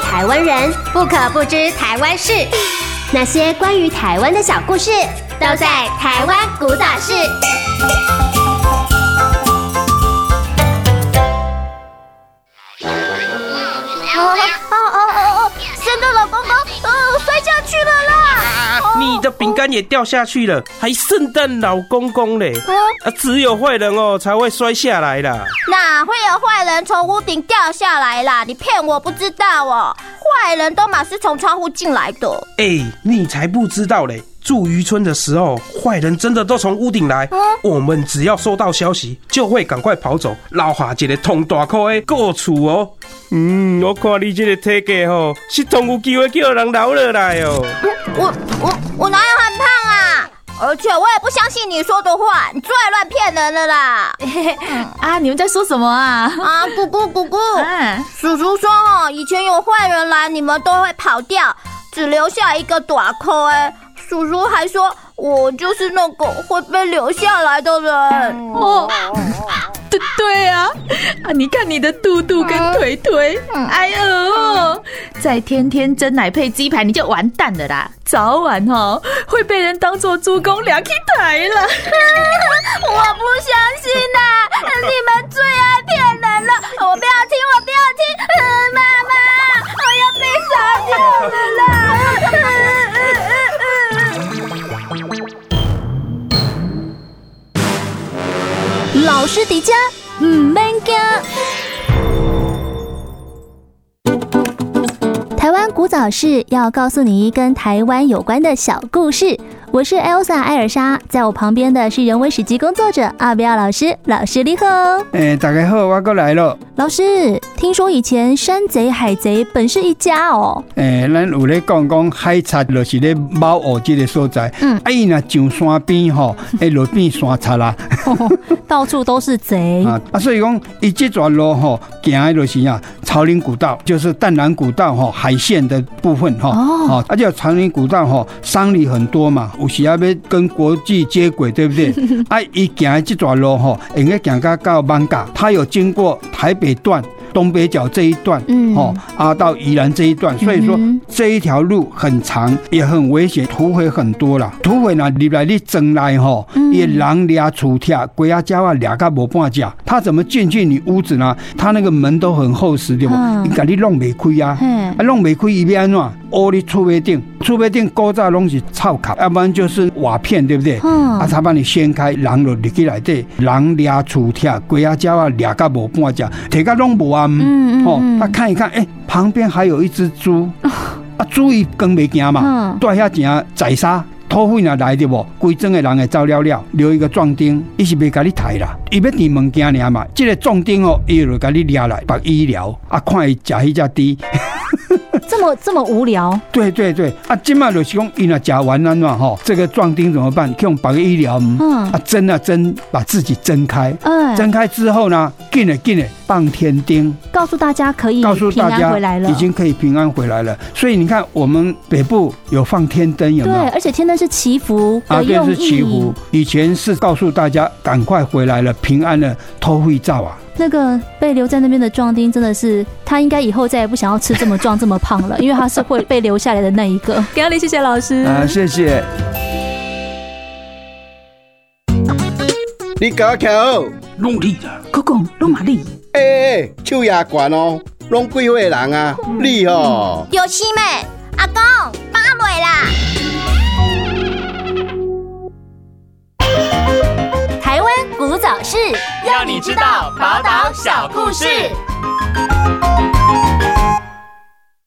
台湾人，不可不知台湾事。那些关于台湾的小故事，都在《台湾古早事》。 圣诞老公公，摔下去了啦！ 你的饼干也掉下去了，还圣诞老公公嘞！只有坏人才会摔下来啦。 哪会有坏人从屋顶掉下来啦？你骗我不知道哦！坏人都嘛是从窗户进来的。 你才不知道嘞！住渔村的时候，坏人真的都从屋顶来。我们只要收到消息，就会赶快跑走，留下一个通大块的故厝哦。我看你这个体格是同有机会叫人留下来哦。 我哪有很胖啊？而且我也不相信你说的话，你最爱乱骗人了啦！ 你们在说什么啊？ 姑姑，叔叔说以前有坏人来，你们都会跑掉，只留下一个大块。叔叔还说我就是那个会被留下来的人。 对啊，你看你的肚肚跟腿腿，哎呦，再天天蒸奶配鸡排，你就完蛋了啦！早晚会被人当作猪公俩去抬了。 我不相信啦，你们最爱骗人了！我不要听，妈妈，我要被杀掉了啦！老师伫家，唔免惊。台湾古早事要告诉你跟台湾有关的小故事。我是 Elsa 艾尔莎，在我旁边的是人文史迹工作者阿彪老师。老师你好。 大家好，我过来了。 老师，听说以前山贼海贼本是一家哦。 咱有咧讲海贼就是咧猫蚵这个所在。伊若上山边就变山贼啦。 到处都是贼所以讲伊这段路行的就是草林古道，就是淡蓝古道海线的部分且草林古道商旅很多嘛。有时要跟国际接轨，对不对？伊行的这段路应该行到艋舺，它有经过台北段、东北角这一段，到宜兰这一段，所以说这一条路很长，也很危险，土匪很多啦。土匪呢入来你争来伊人抓厝拆，龟仔鸟抓到无半只，他怎么进去你屋子呢？他那个门都很厚实，对不？伊把你弄不开啊，弄不开伊要安怎？窝你厝尾顶，厝尾顶古早拢是草卡，要不然就是瓦片，对不对？他把你掀开，人就入去内底，人抓厝拆，龟仔鸟抓到无半只，摕到拢无啊。他看一看，旁边还有一只猪，猪伊跟袂行嘛，带遐钱宰杀。土匪若来对无，规整个人会走了了，留一个壮丁，伊是袂甲你抬啦，伊要提物件尔嘛。这个壮丁伊就甲你抓来，绑医疗看伊食迄只猪。 这么无聊？ 对，现在就是讲，伊若食完安怎这个壮丁怎么办？用绑个医疗，针把自己挣开，挣开之后呢，紧的放天钉， 告诉大家可以平安回来了， 已经可以平安回来了。所以你看，我们北部有放天灯，有没有？ 对，而且天灯是祈福的用意。 对，是祈福。以前是告诉大家赶快回来了，平安了，土匪走啊。 那个被留在那边的壮丁真的是，他应该以后再也不想要吃这么壮这么胖了，因为他是会被留下来的那一个。感谢，谢谢老师。 谢谢。 你搞巧， 弄你啦， 国公弄嘛你。 手也悬哦，拢几岁人啊？你就是咩？阿公，放落啦。台湾古早事， 让你知道宝岛小故事。